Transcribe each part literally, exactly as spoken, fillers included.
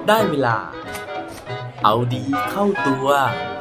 ได้เวลาเอาดีเข้าตัว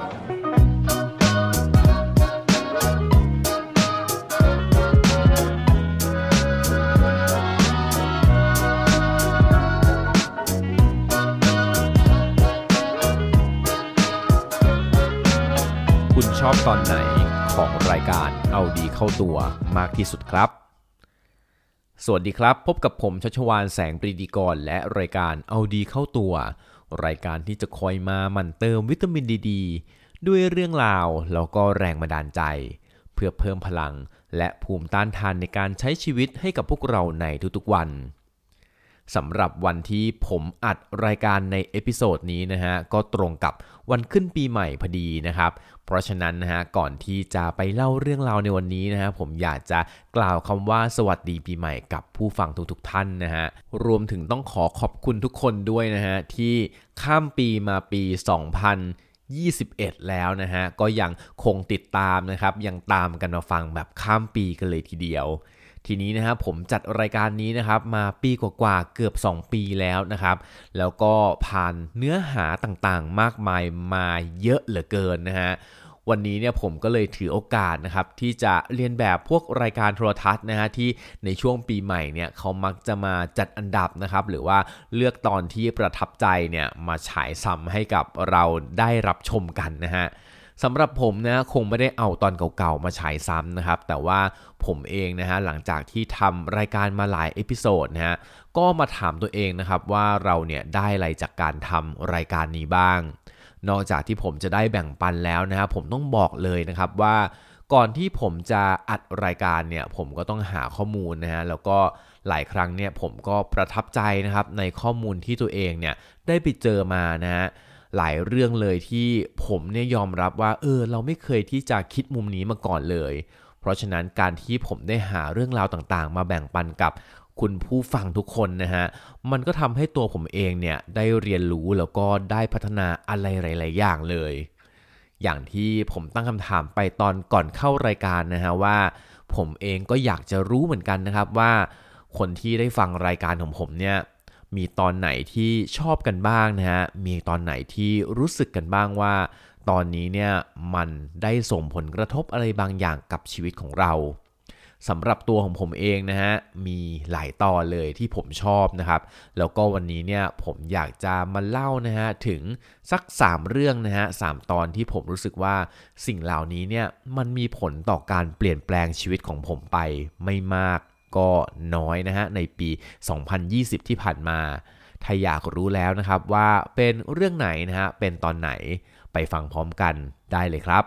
คุณชอบตอนไหนของรายการเอาดีเข้าตัวมากที่สุดครับสวัสดีครับพบกับผมชัชวาลแสงปรีดีกรและรายการเอาดีเข้าตัวรายการที่จะคอยมาหมั่นเติมวิตามินดีดีด้วยเรื่องราวแล้วก็แรงบันดาลใจเพื่อเพิ่มพลังและภูมิต้านทานในการใช้ชีวิตให้กับพวกเราในทุกๆวันสำหรับวันที่ผมอัดรายการในเอพิโซดนี้นะฮะก็ตรงกับวันขึ้นปีใหม่พอดีนะครับเพราะฉะนั้นนะฮะก่อนที่จะไปเล่าเรื่องราวในวันนี้นะฮะผมอยากจะกล่าวคำว่าสวัสดีปีใหม่กับผู้ฟังทุกๆท่านนะฮะรวมถึงต้องขอขอบคุณทุกคนด้วยนะฮะที่ข้ามปีมาปีสองพันยี่สิบเอ็ดแล้วนะฮะก็ยังคงติดตามนะครับยังตามกันมาฟังแบบข้ามปีกันเลยทีเดียวทีนี้นะครับผมจัดรายการนี้นะครับมาปีกว่าๆเกือบสองปีแล้วนะครับแล้วก็ผ่านเนื้อหาต่างๆมากมายมาเยอะเหลือเกินนะฮะวันนี้เนี่ยผมก็เลยถือโอกาสนะครับที่จะเรียนแบบพวกรายการโทรทัศน์นะฮะที่ในช่วงปีใหม่เนี่ยเขามักจะมาจัดอันดับนะครับหรือว่าเลือกตอนที่ประทับใจเนี่ยมาฉายซ้ำให้กับเราได้รับชมกันนะฮะสำหรับผมนะคงไม่ได้เอาตอนเก่าๆมาฉายซ้ำนะครับแต่ว่าผมเองนะฮะหลังจากที่ทำรายการมาหลายเอพิโซดนะฮะก็มาถามตัวเองนะครับว่าเราเนี่ยได้อะไรจากการทำรายการนี้บ้างนอกจากที่ผมจะได้แบ่งปันแล้วนะครับผมต้องบอกเลยนะครับว่าก่อนที่ผมจะอัดรายการเนี่ยผมก็ต้องหาข้อมูลนะฮะแล้วก็หลายครั้งเนี่ยผมก็ประทับใจนะครับในข้อมูลที่ตัวเองเนี่ยได้ไปเจอมานะฮะหลายเรื่องเลยที่ผมเนี่ยยอมรับว่าเออเราไม่เคยที่จะคิดมุมนี้มาก่อนเลยเพราะฉะนั้นการที่ผมได้หาเรื่องราวต่างๆมาแบ่งปันกับคุณผู้ฟังทุกคนนะฮะมันก็ทำให้ตัวผมเองเนี่ยได้เรียนรู้แล้วก็ได้พัฒนาอะไรหลายๆอย่างเลยอย่างที่ผมตั้งคำถามไปตอนก่อนเข้ารายการนะฮะว่าผมเองก็อยากจะรู้เหมือนกันนะครับว่าคนที่ได้ฟังรายการของผมเนี่ยมีตอนไหนที่ชอบกันบ้างนะฮะมีตอนไหนที่รู้สึกกันบ้างว่าตอนนี้เนี่ยมันได้ส่งผลกระทบอะไรบางอย่างกับชีวิตของเราสำหรับตัวของผมเองนะฮะมีหลายตอนเลยที่ผมชอบนะครับแล้วก็วันนี้เนี่ยผมอยากจะมาเล่านะฮะถึงสักสามเรื่องนะฮะสามตอนที่ผมรู้สึกว่าสิ่งเหล่านี้เนี่ยมันมีผลต่อการเปลี่ยนแปลงชีวิตของผมไปไม่มากก็น้อยนะฮะในปีสองพันยี่สิบที่ผ่านมาถ้าอยากรู้แล้วนะครับว่าเป็นเรื่องไหนนะฮะเป็นตอนไหนไปฟังพร้อมกันได้เลยครับ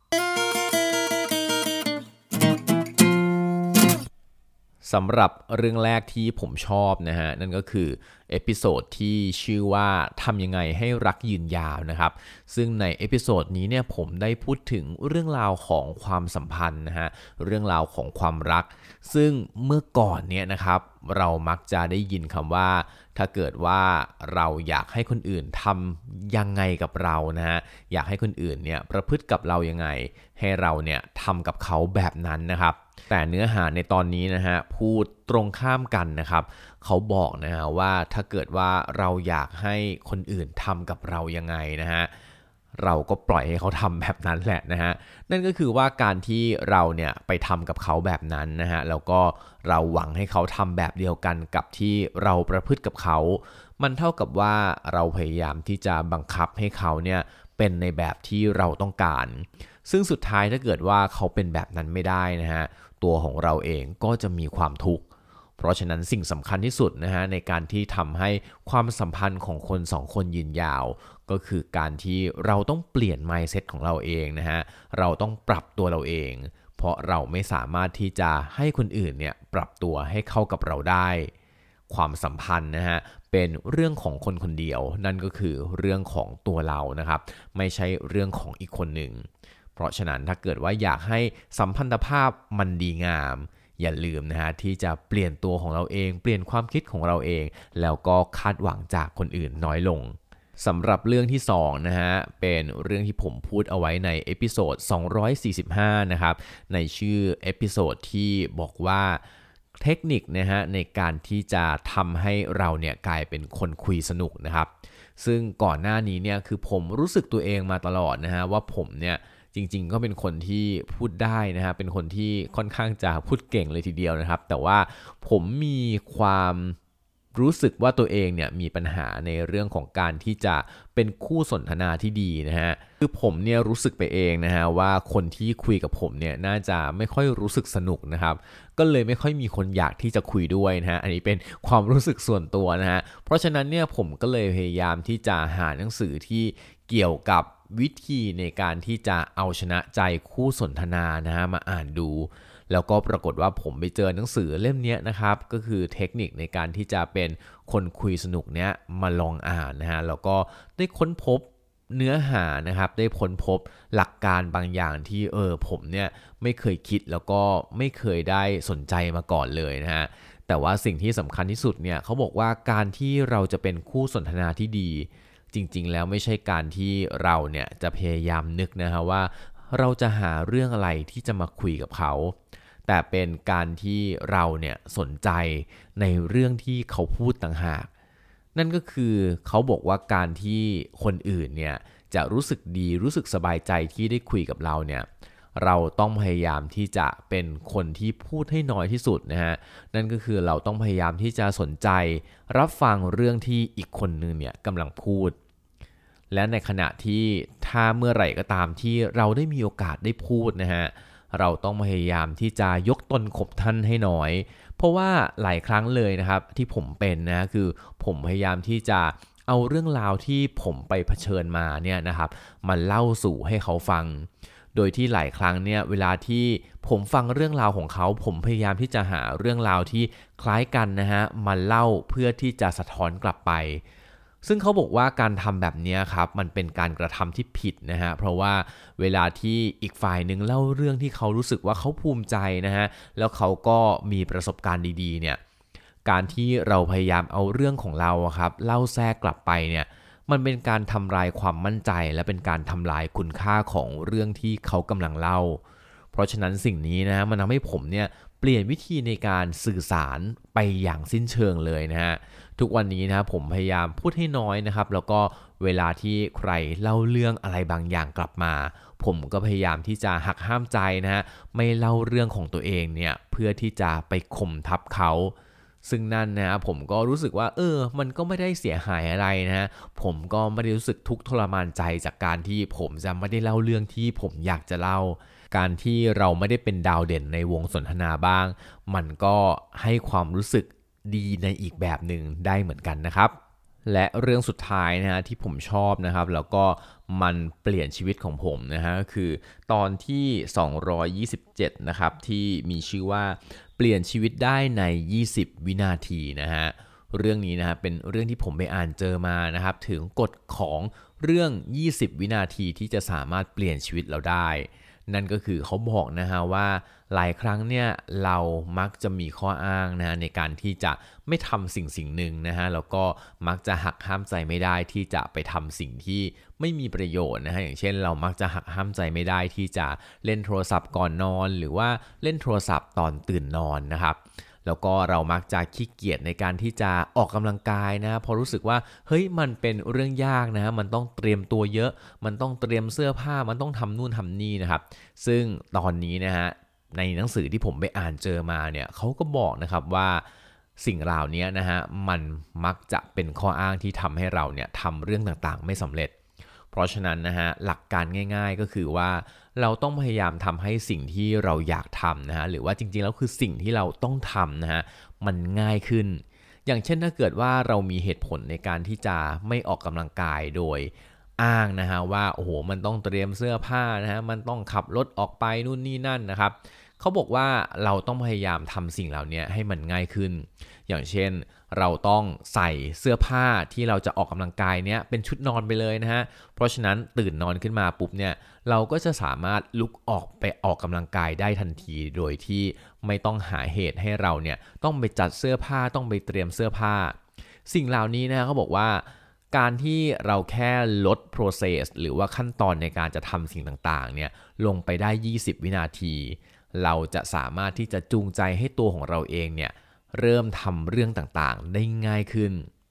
สำหรับเรื่องแรกที่ผมชอบนะฮะนั่นก็คือเอพิโซดที่ชื่อว่าทำยังไงให้รักยืนยาวนะครับซึ่งในเอพิโซดนี้เนี่ยผมได้พูดถึงเรื่องราวของความสัมพันธ์นะฮะเรื่องราวของความรักซึ่งเมื่อก่อนเนี่ยนะครับเรามักจะได้ยินคำว่าถ้าเกิดว่าเราอยากให้คนอื่นทำยังไงกับเรานะฮะอยากให้คนอื่นเนี่ยประพฤติกับเรายังไงให้เราเนี่ยทำกับเขาแบบนั้นนะครับแต่เนื้อหาในตอนนี้นะฮะพูดตรงข้ามกันนะครับเขาบอกนะฮะว่าถ้าเกิดว่าเราอยากให้คนอื่นทำกับเรายังไงนะฮะเราก็ปล่อยให้เขาทำแบบนั้นแหละนะฮะนั่นก็คือว่าการที่เราเนี่ยไปทำกับเขาแบบนั้นนะฮะแล้วก็เราหวังให้เขาทำแบบเดียวกันกับที่เราประพฤติกับเขามันเท่ากับว่าเราพยายามที่จะบังคับให้เขาเนี่ยเป็นในแบบที่เราต้องการซึ่งสุดท้ายถ้าเกิดว่าเขาเป็นแบบนั้นไม่ได้นะฮะตัวของเราเองก็จะมีความทุกข์เพราะฉะนั้นสิ่งสำคัญที่สุดนะฮะในการที่ทำให้ความสัมพันธ์ของคนสองคนยืนยาวก็คือการที่เราต้องเปลี่ยน mindset ของเราเองนะฮะเราต้องปรับตัวเราเองเพราะเราไม่สามารถที่จะให้คนอื่นเนี่ยปรับตัวให้เข้ากับเราได้ความสัมพันธ์นะฮะเป็นเรื่องของคนคนเดียวนั่นก็คือเรื่องของตัวเรานะครับไม่ใช่เรื่องของอีกคนหนึ่งเพราะฉะนั้นถ้าเกิดว่าอยากให้สัมพันธภาพมันดีงามอย่าลืมนะฮะที่จะเปลี่ยนตัวของเราเองเปลี่ยนความคิดของเราเองแล้วก็คาดหวังจากคนอื่นน้อยลงสำหรับเรื่องที่สองนะฮะเป็นเรื่องที่ผมพูดเอาไว้ในเอพิโซดสองร้อยสี่สิบห้านะครับในชื่อเอพิโซดที่บอกว่า เทคนิคนะฮะในการที่จะทำให้เราเนี่ยกลายเป็นคนคุยสนุกนะครับซึ่งก่อนหน้านี้เนี่ยคือผมรู้สึกตัวเองมาตลอดนะฮะว่าผมเนี่ยจริงๆก็เป็นคนที่พูดได้นะฮะเป็นคนที่ค่อนข้างจะพูดเก่งเลยทีเดียวนะครับแต่ว่าผมมีความรู้สึกว่าตัวเองเนี่ยมีปัญหาในเรื่องของการที่จะเป็นคู่สนทนาที่ดีนะฮะคือผมเนี่ยรู้สึกไปเองนะฮะว่าคนที่คุยกับผมเนี่ยน่าจะไม่ค่อยรู้สึกสนุกนะครับก็เลยไม่ค่อยมีคนอยากที่จะคุยด้วยนะฮะอันนี้เป็นความรู้สึกส่วนตัวนะฮะเพราะฉะนั้นเนี่ยผมก็เลยพยายามที่จะหาหนังสือที่เกี่ยวกับวิธีในการที่จะเอาชนะใจคู่สนทนานะฮะมาอ่านดูแล้วก็ปรากฏว่าผมไปเจอหนังสือเล่มนี้นะครับก็คือเทคนิคในการที่จะเป็นคนคุยสนุกเนี้ยมาลองอ่านนะฮะแล้วก็ได้ค้นพบเนื้อหานะครับได้ค้นพบหลักการบางอย่างที่เออผมเนี่ยไม่เคยคิดแล้วก็ไม่เคยได้สนใจมาก่อนเลยนะฮะแต่ว่าสิ่งที่สำคัญที่สุดเนี่ยเขาบอกว่าการที่เราจะเป็นคู่สนทนาที่ดีจริงๆแล้วไม่ใช่การที่เราเนี่ยจะพยายามนึกนะฮะว่าเราจะหาเรื่องอะไรที่จะมาคุยกับเขาแต่เป็นการที่เราเนี่ยสนใจในเรื่องที่เขาพูดต่างหากนั่นก็คือเขาบอกว่าการที่คนอื่นเนี่ยจะรู้สึกดีรู้สึกสบายใจที่ได้คุยกับเราเนี่ยเราต้องพยายามที่จะเป็นคนที่พูดให้น้อยที่สุดนะฮะนั่นก็คือเราต้องพยายามที่จะสนใจรับฟังเรื่องที่อีกคนนึงเนี่ยกำลังพูดและในขณะที่ถ้าเมื่อไหร่ก็ตามที่เราได้มีโอกาสได้พูดนะฮะเราต้องพยายามที่จะยกตนข่มท่านให้น้อยเพราะว่าหลายครั้งเลยนะครับที่ผมเป็นนะคือผมพยายามที่จะเอาเรื่องราวที่ผมไปเผชิญมาเนี่ยนะครับมาเล่าสู่ให้เขาฟังโดยที่หลายครั้งเนี่ยเวลาที่ผมฟังเรื่องราวของเขาผมพยายามที่จะหาเรื่องราวที่คล้ายกันนะฮะมาเล่าเพื่อที่จะสะท้อนกลับไปซึ่งเขาบอกว่าการทำแบบนี้ครับมันเป็นการกระทำที่ผิดนะฮะเพราะว่าเวลาที่อีกฝ่ายหนึ่งเล่าเรื่องที่เขารู้สึกว่าเขาภูมิใจนะฮะแล้วเขาก็มีประสบการณ์ดีๆเนี่ยการที่เราพยายามเอาเรื่องของเราครับเล่าแทรกกลับไปเนี่ยมันเป็นการทำลายความมั่นใจและเป็นการทำลายคุณค่าของเรื่องที่เขากำลังเล่าเพราะฉะนั้นสิ่งนี้นะมันทำให้ผมเนี่ยเปลี่ยนวิธีในการสื่อสารไปอย่างสิ้นเชิงเลยนะฮะทุกวันนี้นะผมพยายามพูดให้น้อยนะครับแล้วก็เวลาที่ใครเล่าเรื่องอะไรบางอย่างกลับมาผมก็พยายามที่จะหักห้ามใจนะฮะไม่เล่าเรื่องของตัวเองเนี่ยเพื่อที่จะไปข่มทับเขาซึ่งนั่นนะผมก็รู้สึกว่าเออมันก็ไม่ได้เสียหายอะไรนะฮะผมก็ไม่ได้รู้สึกทุกข์ทรมานใจจากการที่ผมจะไม่ได้เล่าเรื่องที่ผมอยากจะเล่าการที่เราไม่ได้เป็นดาวเด่นในวงสนทนาบ้างมันก็ให้ความรู้สึกดีในอีกแบบหนึ่งได้เหมือนกันนะครับและเรื่องสุดท้ายนะฮะที่ผมชอบนะครับแล้วก็มันเปลี่ยนชีวิตของผมนะฮะคือตอนที่สองร้อยยี่สิบเจ็ดนะครับที่มีชื่อว่าเปลี่ยนชีวิตได้ในยี่สิบวินาทีนะฮะเรื่องนี้นะฮะเป็นเรื่องที่ผมไปอ่านเจอมานะครับถึงกฎของเรื่องยี่สิบวินาทีที่จะสามารถเปลี่ยนชีวิตเราได้นั่นก็คือเขาบอกนะฮะว่าหลายครั้งเนี่ยเรามักจะมีข้ออ้างนะฮะในการที่จะไม่ทำสิ่งสิ่งหนึ่งนะฮะแล้วก็มักจะหักห้ามใจไม่ได้ที่จะไปทำสิ่งที่ไม่มีประโยชน์นะฮะอย่างเช่นเรามักจะหักห้ามใจไม่ได้ที่จะเล่นโทรศัพท์ก่อนนอนหรือว่าเล่นโทรศัพท์ตอนตื่นนอนนะครับแล้วก็เรามักจะขี้เกียจในการที่จะออกกำลังกายนะพอรู้สึกว่าเฮ้ยมันเป็นเรื่องยากนะมันต้องเตรียมตัวเยอะมันต้องเตรียมเสื้อผ้ามันต้องทำนู่นทำนี่นะครับซึ่งตอนนี้นะฮะในหนังสือที่ผมไปอ่านเจอมาเนี่ยเขาก็บอกนะครับว่าสิ่งเหล่านี้นะฮะมันมักจะเป็นข้ออ้างที่ทำให้เราเนี่ยทำเรื่องต่างๆไม่สำเร็จเพราะฉะนั้นนะฮะหลักการง่ายๆก็คือว่าเราต้องพยายามทำให้สิ่งที่เราอยากทำนะฮะหรือว่าจริงๆแล้วคือสิ่งที่เราต้องทำนะฮะมันง่ายขึ้นอย่างเช่นถ้าเกิดว่าเรามีเหตุผลในการที่จะไม่ออกกำลังกายโดยอ้างนะฮะว่าโอ้โหมันต้องเตรียมเสื้อผ้านะฮะมันต้องขับรถออกไปนู่นนี่นั่นนะครับเขาบอกว่าเราต้องพยายามทำสิ่งเหล่านี้ให้มันง่ายขึ้นอย่างเช่นเราต้องใส่เสื้อผ้าที่เราจะออกกำลังกายเนี้ยเป็นชุดนอนไปเลยนะฮะเพราะฉะนั้นตื่นนอนขึ้นมาปุ๊บเนี่ยเราก็จะสามารถลุกออกไปออกกำลังกายได้ทันทีโดยที่ไม่ต้องหาเหตุให้เราเนี่ยต้องไปจัดเสื้อผ้าต้องไปเตรียมเสื้อผ้าสิ่งเหล่านี้นะเขาบอกว่าการที่เราแค่ลด process หรือว่าขั้นตอนในการจะทำสิ่งต่างๆเนี่ยลงไปได้ยี่สิบวินาทีเราจะสามารถที่จะจูงใจให้ตัวของเราเองเนี่ยเริ่มทำเรื่องต่างๆได้ง่ายขึ้น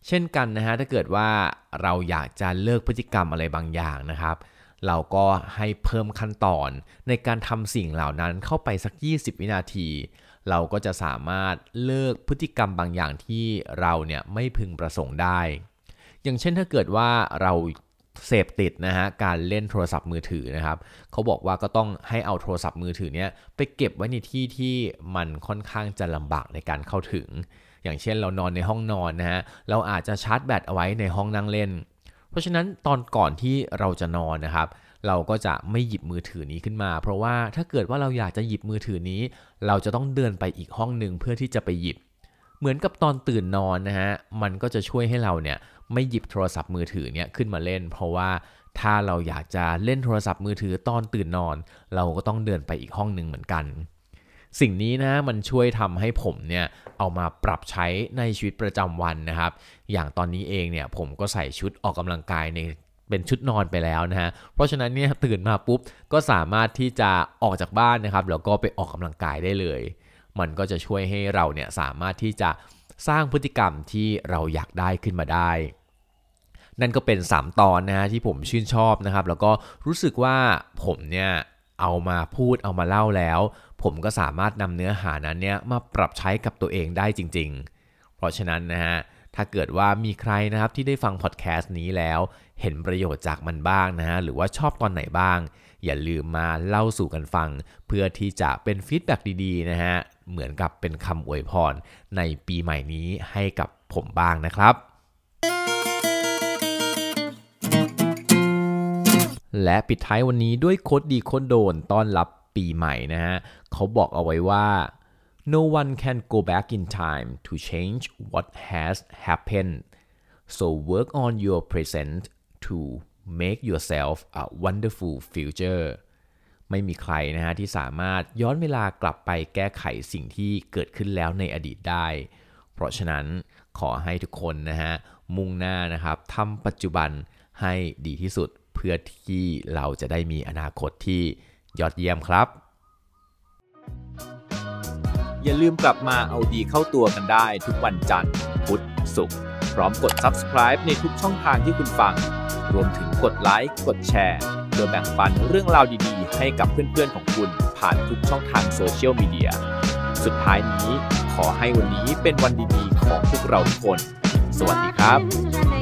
เช่นกันนะฮะถ้าเกิดว่าเราอยากจะเลิกพฤติกรรมอะไรบางอย่างนะครับเราก็ให้เพิ่มขั้นตอนในการทำสิ่งเหล่านั้นเข้าไปสักยี่สิบวินาทีเราก็จะสามารถเลิกพฤติกรรมบางอย่างที่เราเนี่ยไม่พึงประสงค์ได้อย่างเช่นถ้าเกิดว่าเราเสพติดนะฮะการเล่นโทรศัพท์มือถือนะครับเขาบอกว่าก็ต้องให้เอาโทรศัพท์มือถือเนี้ยไปเก็บไว้ในที่ที่มันค่อนข้างจะลำบากในการเข้าถึงอย่างเช่นเรานอนในห้องนอนนะฮะเราอาจจะชาร์จแบตเอาไว้ในห้องนั่งเล่นเพราะฉะนั้นตอนก่อนที่เราจะนอนนะครับเราก็จะไม่หยิบมือถือนี้ขึ้นมาเพราะว่าถ้าเกิดว่าเราอยากจะหยิบมือถือนี้เราจะต้องเดินไปอีกห้องนึงเพื่อที่จะไปหยิบเหมือนกับตอนตื่นนอนนะฮะมันก็จะช่วยให้เราเนี่ยไม่หยิบโทรศัพท์มือถือเนี่ยขึ้นมาเล่นเพราะว่าถ้าเราอยากจะเล่นโทรศัพท์มือถือตอนตื่นนอนเราก็ต้องเดินไปอีกห้องนึงเหมือนกันสิ่งนี้นะมันช่วยทำให้ผมเนี่ยเอามาปรับใช้ในชีวิตประจำวันนะครับอย่างตอนนี้เองเนี่ยผมก็ใส่ชุดออกกำลังกายในเป็นชุดนอนไปแล้วนะฮะเพราะฉะนั้นเนี่ยตื่นมาปุ๊บก็สามารถที่จะออกจากบ้านนะครับแล้วก็ไปออกกำลังกายได้เลยมันก็จะช่วยให้เราเนี่ยสามารถที่จะสร้างพฤติกรรมที่เราอยากได้ขึ้นมาได้นั่นก็เป็นสามตอนนะฮะที่ผมชื่นชอบนะครับแล้วก็รู้สึกว่าผมเนี่ยเอามาพูดเอามาเล่าแล้วผมก็สามารถนำเนื้อหานั้นเนี่ยมาปรับใช้กับตัวเองได้จริงๆเพราะฉะนั้นนะฮะถ้าเกิดว่ามีใครนะครับที่ได้ฟังพอดแคสต์นี้แล้วเห็นประโยชน์จากมันบ้างนะฮะหรือว่าชอบตอนไหนบ้างอย่าลืมมาเล่าสู่กันฟังเพื่อที่จะเป็นฟีดแบ็กดีๆนะฮะเหมือนกับเป็นคำอวยพรในปีใหม่นี้ให้กับผมบ้างนะครับและปิดท้ายวันนี้ด้วยโค้ดดีโค้ดโดนต้อนรับปีใหม่นะฮะเขาบอกเอาไว้ว่า no one can go back in time to change what has happened so work on your present to make yourself a wonderful future ไม่มีใครนะฮะที่สามารถย้อนเวลากลับไปแก้ไขสิ่งที่เกิดขึ้นแล้วในอดีตได้เพราะฉะนั้นขอให้ทุกคนนะฮะมุ่งหน้านะครับทำปัจจุบันให้ดีที่สุดเพื่อที่เราจะได้มีอนาคตที่ยอดเยี่ยมครับอย่าลืมกลับมาเอาดีเข้าตัวกันได้ทุกวันจันทร์พุธศุกร์พร้อมกด Subscribe ในทุกช่องทางที่คุณฟังรวมถึงกดไลค์กดแชร์เพื่อแบ่งปันเรื่องราวดีๆให้กับเพื่อนๆของคุณผ่านทุกช่องทางโซเชียลมีเดียสุดท้ายนี้ขอให้วันนี้เป็นวันดีๆของพวกเราทุกคนสวัสดีครับ